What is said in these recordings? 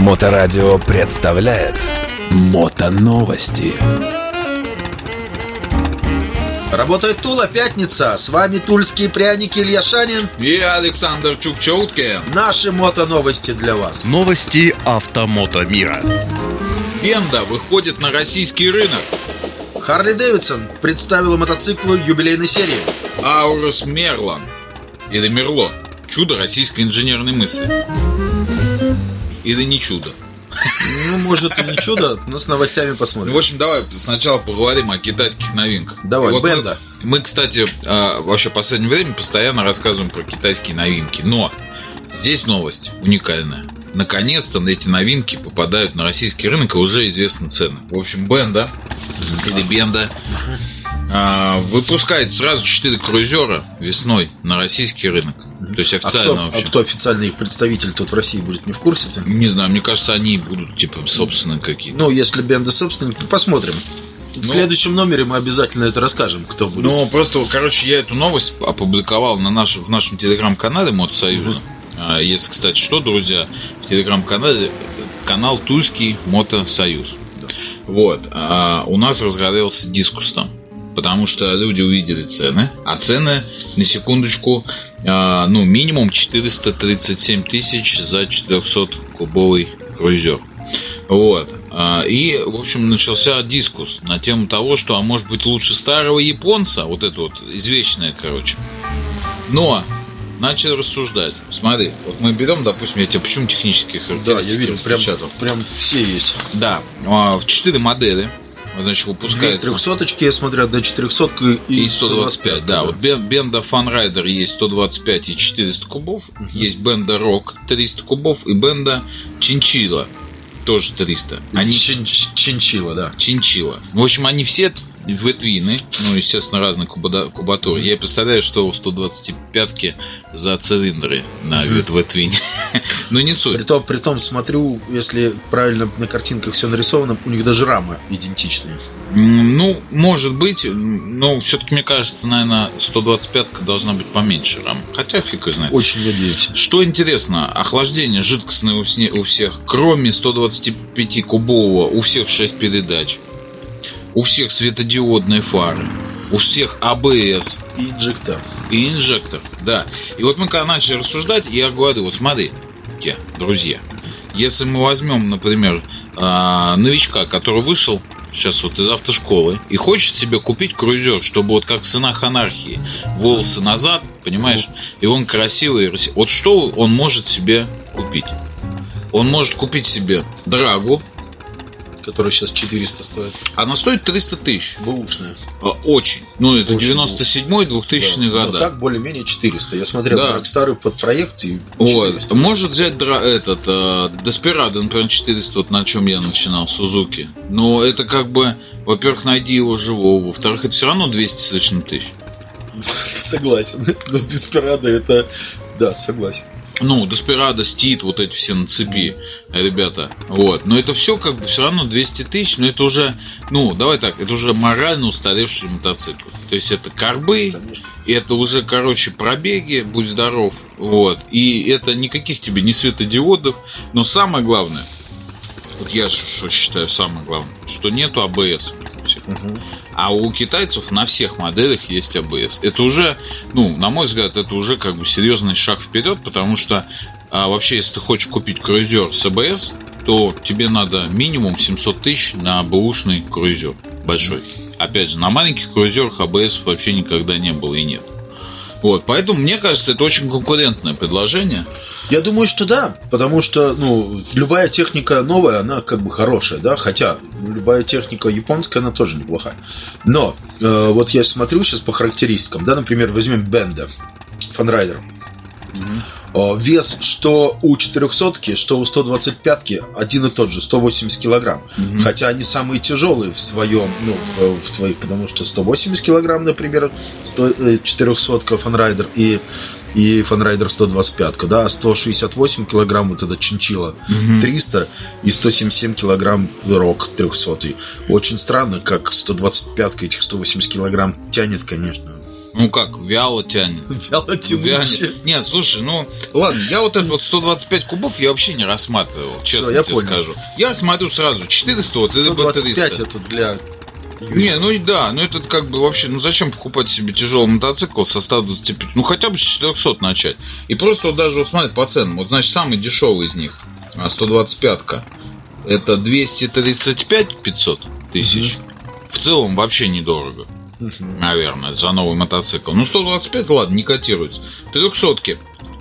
Моторадио представляет Мотоновости. Работает Тула, пятница. С вами тульские пряники Илья Шанин и Александр Чукчоутке. Наши мотоновости для вас. Новости автомото мира. Бенда выходит на российский рынок. Харли Дэвидсон представила мотоциклы юбилейной серии. Аурус Мерлон или Мерло. Чудо российской инженерной мысли. Или не чудо. Ну, может и не чудо, но с новостями посмотрим. В общем, давай сначала поговорим о китайских новинках. Давай, вот Бенда. Мы, кстати, вообще в последнее время постоянно рассказываем про китайские новинки. Но здесь новость уникальная. Наконец-то эти новинки попадают на российский рынок, и уже известны цены. В общем, Бенда или Бенда выпускает сразу 4 круизера весной на российский рынок. То есть официально вообще. А кто официальный их представитель тут в России будет, не в курсе? Не знаю, мне кажется, они будут типа собственные какие-то. Ну, если Бенда собственник, то посмотрим. В следующем номере мы обязательно это расскажем, кто будет. Ну, просто, короче, я эту новость опубликовал в нашем телеграм-канале Мотосоюза. Если, кстати, что, друзья, в телеграм-канале канал Тульский Мотосоюз. Вот. У нас разгорелся дискус там. Потому что люди увидели цены. А цены, на секундочку, минимум 437 тысяч за 400-кубовый круизер. Вот. И, в общем, начался дискус на тему того, что, а может быть, лучше старого японца, вот это вот извечное, короче. Но начали рассуждать. Смотри, вот мы берем, допустим, я тебе почему технические характеристики. Да, я видел, прям все есть. Да, в 4 модели. Значит, выпускается 300-очки, я смотрю, одна 400 и 125. Да, вот Бенда Фанрайдер есть 125 и 400 кубов. Есть Бенда Рок 300 кубов. И Бенда Чинчила тоже 300. Они Чинчила, да. Чинчила. В общем, они все ветвины, естественно, разные кубатуры. Я представляю, что у 125-ки за цилиндры на ветвине. Но не суть. Притом, смотрю, если правильно на картинках все нарисовано, у них даже рамы идентичные. Ну, может быть, но все-таки, мне кажется, наверное, 125-ка должна быть поменьше рам. Хотя фиг знает. Очень надеюсь. Что интересно, охлаждение жидкостное у всех. Кроме 125-кубового, у всех 6 передач. У всех светодиодные фары, у всех АБС. И инжектор. И инжектор, да. И вот мы когда начали рассуждать, я говорю, вот смотрите, друзья, если мы возьмем, например, новичка, который вышел сейчас вот из автошколы и хочет себе купить круизер, чтобы вот как в «Сынах анархии», волосы назад, понимаешь, и он красивый. Вот что он может себе купить? Он может купить себе Драгу, которая сейчас 400 стоит. Она стоит 300 тысяч. Бэушная. Очень. Ну, это 97-й, 2000-е года. Но так более-менее 400. Я смотрел старый подпроект и 400. Вот. Может взять Desperado, например, 400, вот на чем я начинал, Сузуки. Но это как бы, во-первых, найди его живого. Во-вторых, это все равно 200 с лишним тысяч. Согласен. Но Desperado это... Да, согласен. Desperado, Steed, вот эти все на цепи, ребята. Вот. Но это все как бы все равно 200 тысяч, но это уже, давай так, это уже морально устаревший мотоцикл. То есть это карбы, это уже, пробеги, будь здоров. Вот. И это никаких тебе не светодиодов. Но самое главное, вот я что считаю самое главное, что нету АБС. А у китайцев на всех моделях есть АБС. Это уже, на мой взгляд, это уже как бы серьезный шаг вперед, потому что вообще, если ты хочешь купить круизер с АБС, то тебе надо минимум 700 тысяч на бэушный круизер большой. Опять же, на маленьких круизерах АБС вообще никогда не было и нет. Вот, поэтому, мне кажется, это очень конкурентное предложение. Я думаю, что да, потому что, любая техника новая, она как бы хорошая, да, хотя любая техника японская, она тоже неплохая. Но, вот я смотрю сейчас по характеристикам, да, например, возьмем Бенда, Фанрайдер. Вес, что у 400-ки, что у 125-ки один и тот же, 180 килограмм. Хотя они самые тяжелые в своем, в своих, потому что 180 килограмм, например, 400-ка Фанрайдер и Фанрайдер 125-ка, да, 168 килограмм вот этот Чинчила 300 и 177 килограмм Рок 300. Очень странно, как 125-ка этих 180 килограмм тянет, конечно. Ну как, вяло тянет. Вяло тянущее. Нет, слушай, ну ладно, я вот этот вот 125 кубов я вообще не рассматривал, честно я тебе понял. скажу. Я смотрю сразу 400 вот, либо 125 300. это для... Не, ну и да, ну это как бы вообще, ну зачем покупать себе тяжелый мотоцикл со 125, ну хотя бы с 400 начать. И просто вот даже вот смотри по ценам, вот значит самый дешевый из них, 125-ка, это 235 500 тысяч. В целом вообще недорого, наверное, за новый мотоцикл. Ну 125, ладно, не котируется. 300-ки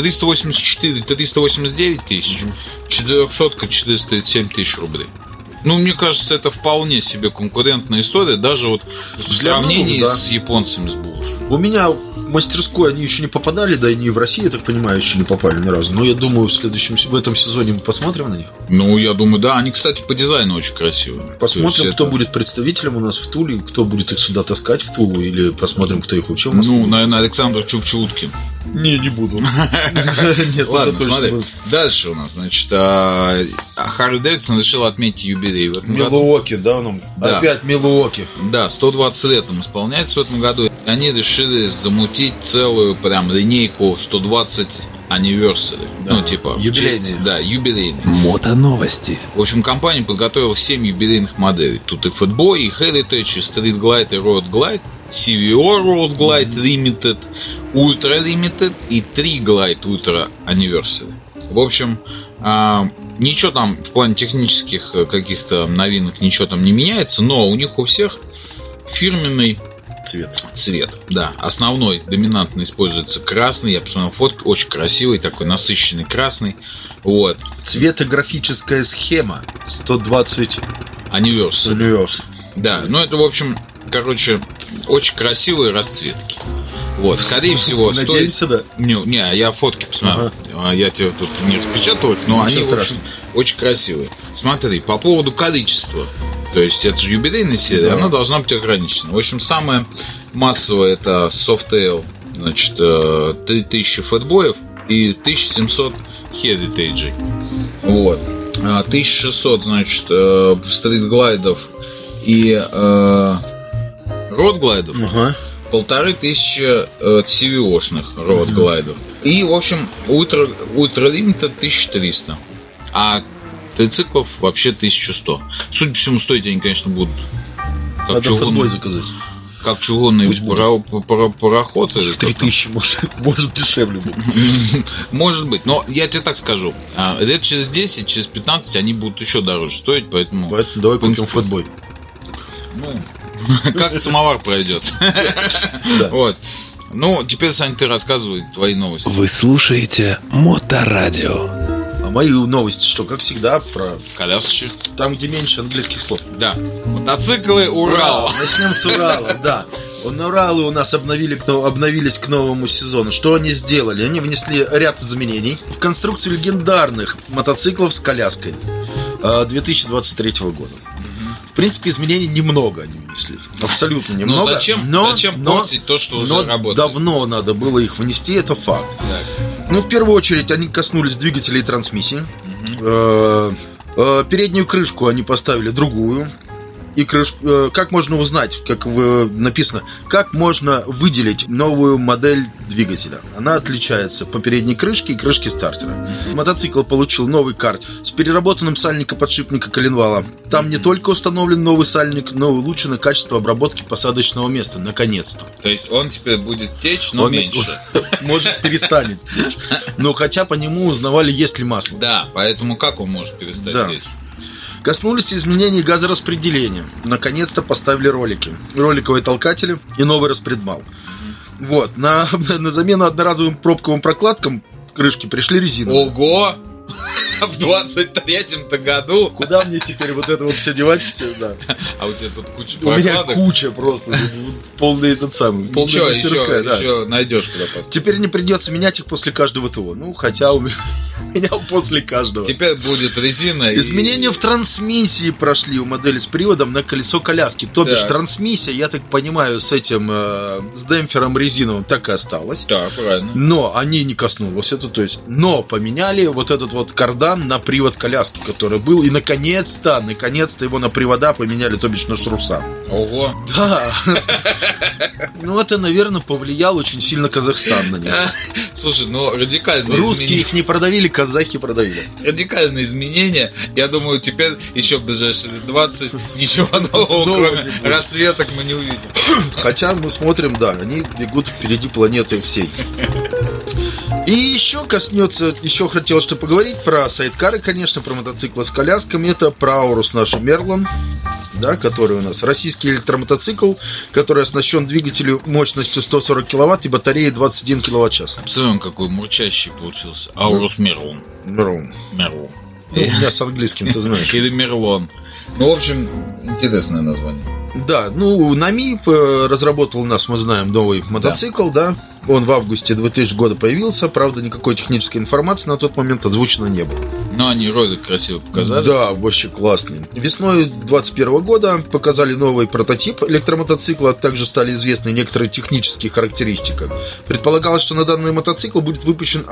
384, 389 тысяч, 400-ка 437 тысяч рублей. Ну, мне кажется, это вполне себе конкурентная история, даже вот в сравнении новых, да. с японцами, с бушными. У меня в мастерской они еще не попадали, да и не в России, я так понимаю, еще не попали ни разу. Но я думаю, в этом сезоне мы посмотрим на них. Ну, я думаю, да, они, кстати, по дизайну очень красивые. Посмотрим, кто будет представителем у нас в Туле, кто будет их сюда таскать в Тулу, или посмотрим, кто их вообще в Москву. Ну, наверное, Александр Чукчуткин. Не буду. Нет, Ладно, это точно смотри. будет. Дальше у нас, значит, Харли Дэвидсон решил отметить юбилей в этом году. Милуоки, да, нам? Да. Опять Милуоки. Да, 120 лет им исполняется в этом году. И они решили замутить целую прям линейку 120 anniversary. Да, Ну, типа, в юбилейные. честь- да, юбилейные. Мотоновости. В общем, компания подготовила 7 юбилейных моделей. Тут и Fatboy, и Heritage, и Street Glide, и Road Glide, CVO Road Glide Limited, Ultra Limited и 3 Glide Ultra Anniversary. В общем, ничего там в плане технических каких-то новинок ничего там не меняется, но у них у всех фирменный цвет, да. Основной, доминантно используется красный. Я посмотрел фотки, очень красивый, такой насыщенный красный. Вот. Цветографическая схема 120 Anniversary. Universal. Да, ну это, в общем, короче, очень красивые расцветки. Вот, скорее всего, Надеемся, да. Не, я фотки посмотрел. Я тебе тут не распечатал их, но Ничего они, в общем, страшного. очень красивые. Смотри, по поводу количества. То есть, это же юбилейная серия, Да. она должна быть ограничена. В общем, самая массовая это Softail, значит, 3000 фэтбоев и 1700 Heritage. Вот. 1600, значит, стрит-глайдов и род-глайдов. Ага. 1500 CVO-шных род-глайдов. И, в общем, Ultra Limited 1300. А трициклов вообще 1100. Судя по всему, стоить они, конечно, будут Надо фэтбой заказать. как чугунный Пусть будет. пароход. Или кто там. 3000, может дешевле будет. Может быть, но я тебе так скажу. Лет через 10, через 15 они будут еще дороже стоить, поэтому... Поэтому давай в принципе, купим фэтбой. Ну, как самовар пройдет. Вот. Ну, теперь, Сань, ты рассказывай твои новости. Вы слушаете Моторадио. А мои новости, что, как всегда, про Колясочек. там, где меньше английских слов. Да. Мотоциклы Урал. Начнем с Урала, да. Уралы у нас обновились к новому сезону. Что они сделали? Они внесли ряд изменений в конструкцию легендарных мотоциклов с коляской 2023 года. В принципе, изменений немного они внесли. Абсолютно немного. Но зачем портить то, что уже работает? Давно надо было их внести, это факт. Так. Ну, в первую очередь, они коснулись двигателей и трансмиссии. Переднюю крышку они поставили другую. И крышку, как можно узнать, как написано, как можно выделить новую модель двигателя? Она отличается по передней крышке и крышке стартера. Мотоцикл получил новый карт с переработанным сальника-подшипника коленвала. Там не только установлен новый сальник, но и улучшено качество обработки посадочного места. Наконец-то. То есть он теперь будет течь, но Он меньше. Может, перестанет течь. Но хотя по нему узнавали, есть ли масло. Да, поэтому как он может перестать Да. течь? Коснулись изменений газораспределения. Наконец-то поставили ролики. Роликовые толкатели и новый распредвал. Вот. На замену одноразовым пробковым прокладкам крышки пришли резиновые. Ого! В 23-м-то году. Куда мне теперь вот это вот все девать? Да. А у тебя тут куча У меня прокладок. куча просто. Полный этот самый. Полная Ничего, мастерская, да. еще найдешь куда поставить. Теперь не придется менять их после каждого ТО. Ну, хотя у меня менял после каждого. Теперь будет резина. Изменения в трансмиссии прошли у модели с приводом на колесо коляски. То бишь Так. трансмиссия, я так понимаю, с этим с демпфером резиновым так и осталась. Да, правильно. Но они не коснулись это, то есть, но поменяли вот этот вот кардан седан на привод коляски, который был. И наконец-то его на привода поменяли, то бишь на шруса. Ого. Да. Ну, это, наверное, повлиял очень сильно Казахстан на него. Слушай, ну радикальные Русские изменения. их не продавили, казахи продавили. Радикальные изменения. Я думаю, теперь еще в ближайшие лет 20 ничего нового, Нового кроме не будет. расцветок, мы не увидим. Хотя мы смотрим, да, они бегут впереди планеты всей. И еще хотел что поговорить про сайдкары, конечно, про мотоциклы с колясками. Это про Аурус наш Мерлон, да, который у нас российский электромотоцикл, который оснащен двигателем мощностью 140 киловатт и батареей 21 киловатт-час. Посмотрим, какой мурчащий получился. Аурус Мерлон. Мерлон. Мерлон. Ну, у меня с английским, ты знаешь. Или Мерлон. Ну, в общем, интересное название. Да, ну, Нами разработал у нас, мы знаем, новый мотоцикл, да. Он в августе 2000 года появился, правда, никакой технической информации на тот момент озвучено не было. Но они ролик красиво показали. Да, вообще классный. Весной 2021 года показали новый прототип электромотоцикла, также стали известны некоторые технические характеристики. Предполагалось, что данный мотоцикл будет выпущен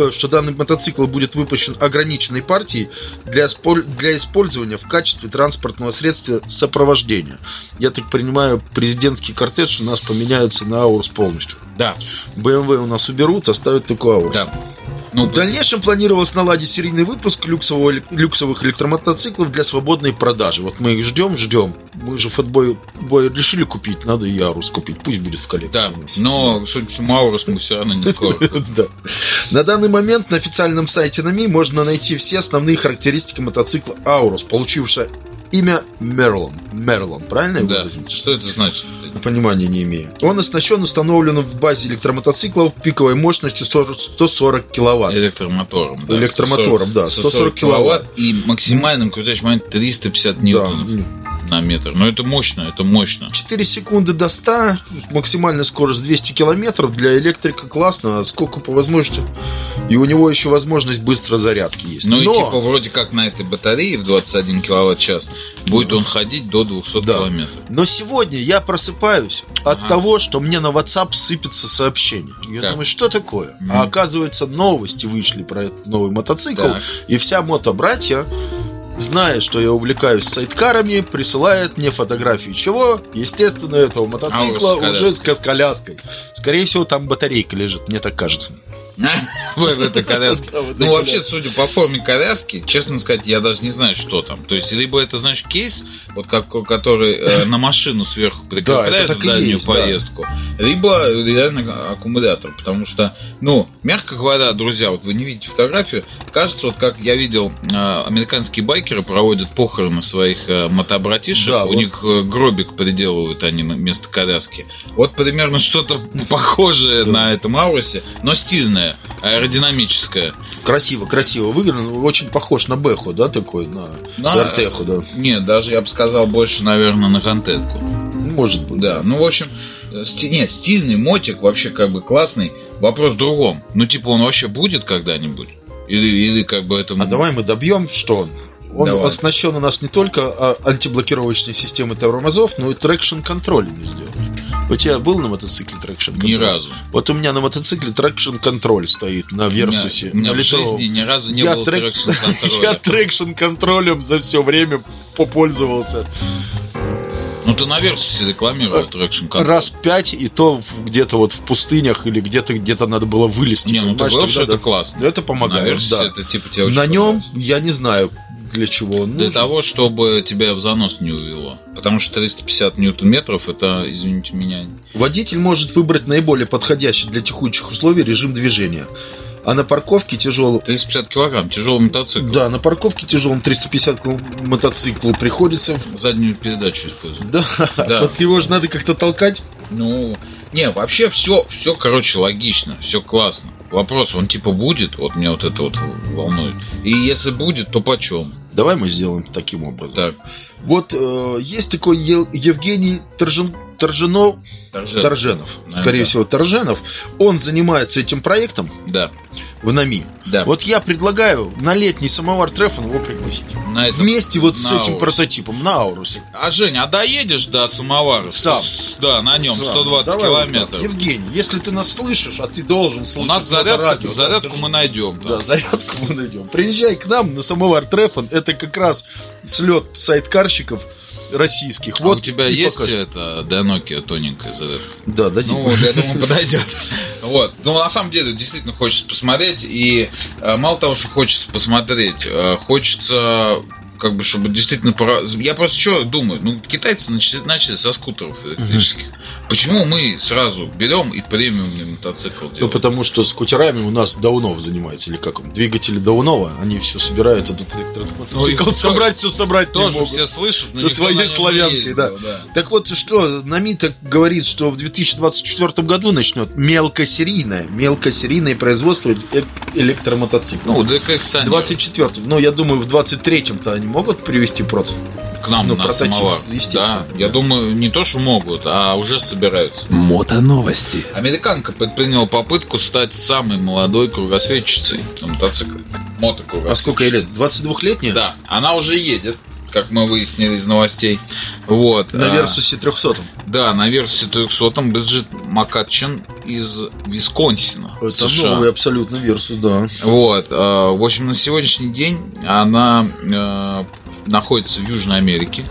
ограниченной партией для использования в качестве транспортного средства сопровождения. Я так понимаю, президентский кортеж у нас поменяется на Аурус полностью. Да. BMW у нас уберут, оставят только Аурус. Да. Ну, В дальнейшем планировалось наладить серийный выпуск люксовых электромотоциклов для свободной продажи. Вот мы их ждем. Мы же Fatboy решили купить, надо и Аурус купить. Пусть будет в коллекции да, у нас. но, судя по всему, Аурус мы все равно не скоро. Да. На данный момент на официальном сайте Nami можно найти все основные характеристики мотоцикла Аурус, получившего имя Мерлон, правильно я Да. выразился? Что это значит? Понимания не имею. Он оснащен установленным в базе электромотоциклов пиковой мощностью 140 киловатт. Электромотором. Да, Электромотором, да, 140 киловатт. И максимальным крутящий момент 350 ньютонов на метр. Но это мощно. 4 секунды до 100, максимальная скорость 200 километров. Для электрика классно, а сколько по возможности. И у него еще возможность быстрой зарядки есть. Ну и типа вроде как на этой батарее в 21 киловатт-час будет он ходить до 200 километров. Но сегодня я просыпаюсь от того, что мне на WhatsApp сыпется сообщение. Я думаю, что такое? А оказывается, новости вышли про этот новый мотоцикл. Так. И вся мотобратья, зная, что я увлекаюсь сайдкарами, присылает мне фотографии чего? Естественно, этого мотоцикла уже с коляской. Скорее всего, там батарейка лежит, мне так кажется. В этой коляске. Ну, вообще, судя по форме коляски, честно сказать, я даже не знаю, что там. То есть, либо это, знаешь, кейс, вот который на машину сверху прикрепляют в дальнюю поездку, либо реально аккумулятор. Потому что, ну, мягко говоря, друзья, вот вы не видите фотографию, кажется, вот как я видел, американские байкеры проводят похороны своих мотобратишек, да, у них гробик приделывают они вместо коляски. Вот примерно что-то похожее на этом Аурусе, но стильное, аэродинамическое. Красиво выиграно. Очень похож на Бэху, да, такой, на Артеху, да. Нет, даже я бы сказал больше, наверное, на Контетку. Может быть. Да, ну, в общем, стильный мотик, вообще как бы классный. Вопрос в другом. Ну, типа, он вообще будет когда-нибудь? Или как бы это... А давай мы добьем, что он оснащен у нас не только антиблокировочной системой тормозов, но и трекшн-контролем сделан. У тебя был на мотоцикле трекшн-контроль? Ни разу. Вот у меня на мотоцикле трекшн-контроль стоит на Версусе. У меня в жизни ни разу не было трекшн-контроля. Я трекшн-контролем за все время попользовался. Ну, ты на Версусе рекламировал трекшн-контроль. Раз 5, и то где-то вот в пустынях или где-то надо было вылезти. Не, ну ты говорил, что это классно. Это помогает, на Версусе да. это типа тебе очень на нем понравилось. я не знаю, для чего он Для нужен. того, чтобы тебя в занос не увело. Потому что 350 ньютон-метров, это, извините меня... Водитель может выбрать наиболее подходящий для текучих условий режим движения. А на парковке тяжелым... 350 килограмм, тяжелый мотоцикл. Да, на парковке тяжелым 350 мотоциклу приходится... Заднюю передачу использовать. Да. Вот его же надо как-то толкать. Ну, не, вообще все, короче, логично, все классно. Вопрос, он типа будет? Вот меня вот это вот волнует. И если будет, то почем? Давай мы сделаем таким образом. Так. Вот есть такой Евгений Торженов, Наверное, скорее да. всего, Торженов, он занимается этим проектом Да. в НАМИ. Да. Вот я предлагаю на летний самовар Трефон его пригласить. На этом- Вместе вот с на этим Аурусе. прототипом на Аурусе. А, Жень, а доедешь до самовара? Сам. Да, на нем Сам. 120 Давай вот километров. так. Евгений, если ты нас слышишь, а ты должен У слышать нас Моторадио, зарядку ты же- мы найдем. Да, зарядку мы найдем. Приезжай к нам на самовар Трефон. Это как раз слет сайдкарщиков российских. А Вот у тебя и есть покажем. это до Nokia тоненькая зарядка? Да, дадим. Ну, вот, я думаю, подойдет. Вот. Ну, на самом деле, действительно хочется посмотреть. И мало того, что хочется посмотреть, хочется как бы, чтобы действительно... Я просто что думаю? Ну, китайцы начали со скутеров электрических. Почему мы сразу берем и премиумный мотоцикл Ну, делаем? потому что скутерами у нас Даунов занимается, или как он, двигатели Даунова, они все собирают этот электромотоцикл, Ну, и собрать не Тоже могут. все слышат, но Со никто на своей нем не славянкой, ездил, да. Так вот, что НАМИ говорит, что в 2024 году начнет мелкосерийное производство электромотоциклов. Ну, да коллекционеры. 24-м. Ну, я думаю, в 23-м-то они могут привести прот. К нам Ну, на прототип, самовар. естественно. Да, я думаю, не то, что могут, а уже собираются. Мотоновости. Американка предприняла попытку стать самой молодой кругосветчицей на мотоцикле. Мотокругосветчицей. А сколько ей лет? 22-летняя? Да, она уже едет, как мы выяснили из новостей. Вот. На Версусе 300. Да, на Версусе 300 Бриджит Макатчин из Висконсина, Это США. новый абсолютно Версус, да. Вот. В общем, на сегодняшний день она находится в Южной Америке.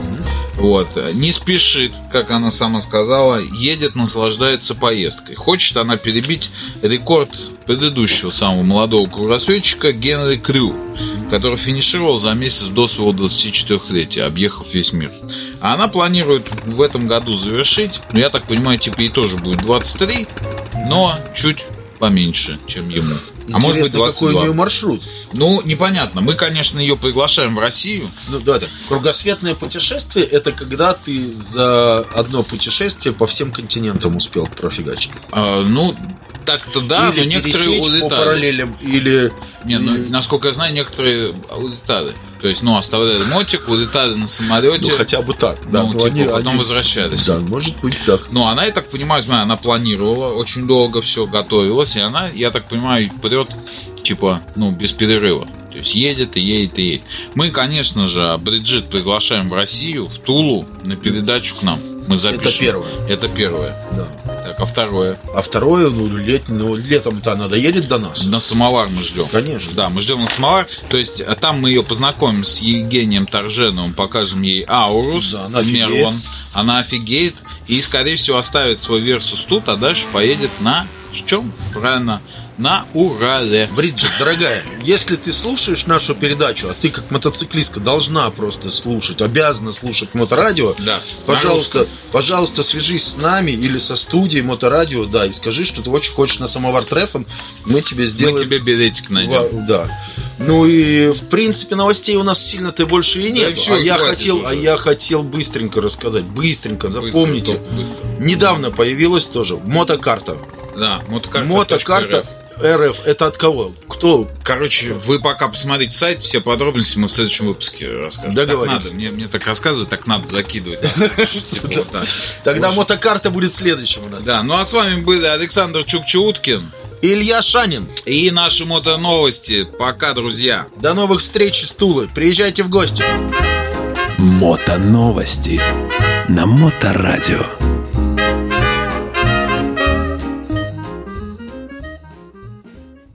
Вот. Не спешит, как она сама сказала, едет, наслаждается поездкой. Хочет она перебить рекорд предыдущего самого молодого кругосветчика Генри Крю, который финишировал за месяц до своего 24-летия, объехав весь мир. А она планирует в этом году завершить, ну, я так понимаю, типа ей тоже будет 23, но чуть поменьше, чем ему. А может быть, Интересно, какой у 22. нее маршрут. Ну, непонятно. Мы, конечно, ее приглашаем в Россию. Ну да, так. Кругосветное путешествие — это когда ты за одно путешествие по всем континентам успел профигачить. Ну, так-то да, или но некоторые пересечь по улетали. параллелям, или... Не, ну, насколько я знаю, некоторые улетали. То есть, ну, оставляли мотик, улетали на самолете. Ну, хотя бы так. Да, Ну, типа, потом возвращались. Да, может быть так. Ну, она, я так понимаю, она планировала, очень долго все готовилась, и она, я так понимаю, прет, типа, ну, без перерыва. То есть едет и едет и едет. Мы, конечно же, Бриджит приглашаем в Россию, в Тулу, на передачу к нам. Мы запишем. Это первое. Это первое. Да. Так, а второе? А второе, летом-то она доедет до нас. На самовар мы ждем. Конечно. Да, мы ждем на самовар. То есть там мы ее познакомим с Евгением Торженовым, покажем ей Аурус, Да, она офигеет. Мерлон. Она офигеет. И, скорее всего, оставит свой Версус тут, а дальше поедет на чем? Правильно, на Урале. Бриджит, дорогая, если ты слушаешь нашу передачу, а ты как мотоциклистка должна просто слушать, обязана слушать Моторадио, Да, пожалуйста, свяжись с нами или со студией Моторадио, да, и скажи, что ты очень хочешь на самовар Трефон, мы тебе сделаем... Мы тебе билетик найдем. Да. Ну и, в принципе, новостей у нас сильно-то больше и нет. и всё, хватит уже. Я хотел быстренько рассказать. Быстренько, запомните. Быстро. Недавно появилась тоже мотокарта. Да, мотокарта. Мотокарта РФ. Это от кого? Кто? Короче, вы пока посмотрите сайт, все подробности мы в следующем выпуске расскажем. Договорились. Так надо, мне так рассказывать, так надо закидывать. на сайт, типа вот так. Тогда Вот. мотокарта будет следующим у нас. Да, ну а с вами были Александр Чукчуткин Илья Шанин. и наши мотоновости. Пока, друзья. До новых встреч из Тулы. Приезжайте в гости. Мотоновости на Моторадио.